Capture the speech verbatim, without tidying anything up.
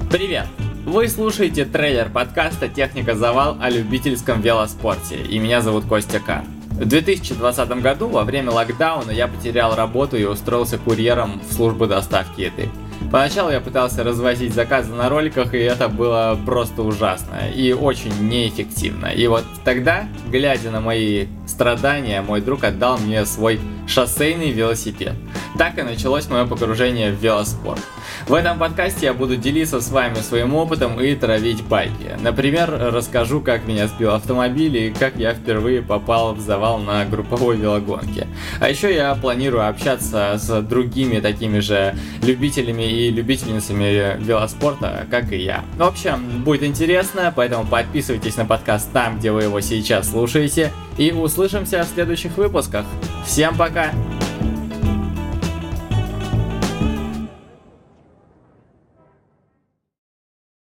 Привет! Вы слушаете трейлер подкаста «Техника Завал» о любительском велоспорте, и меня зовут Костя К. В две тысячи двадцатом году во время локдауна я потерял работу и устроился курьером в службу доставки еды. Поначалу я пытался развозить заказы на роликах, и это было просто ужасно и очень неэффективно. И вот тогда, глядя на мои страдания, мой друг отдал мне свой шоссейный велосипед. Так и началось мое погружение в велоспорт. В этом подкасте я буду делиться с вами своим опытом и травить байки. Например, расскажу, как меня сбил автомобиль и как я впервые попал в завал на групповой велогонке. А еще я планирую общаться с другими такими же любителями и любительницами велоспорта, как и я. В общем, будет интересно, поэтому подписывайтесь на подкаст там, где вы его сейчас слушаете, и услышимся в следующих выпусках. Всем пока!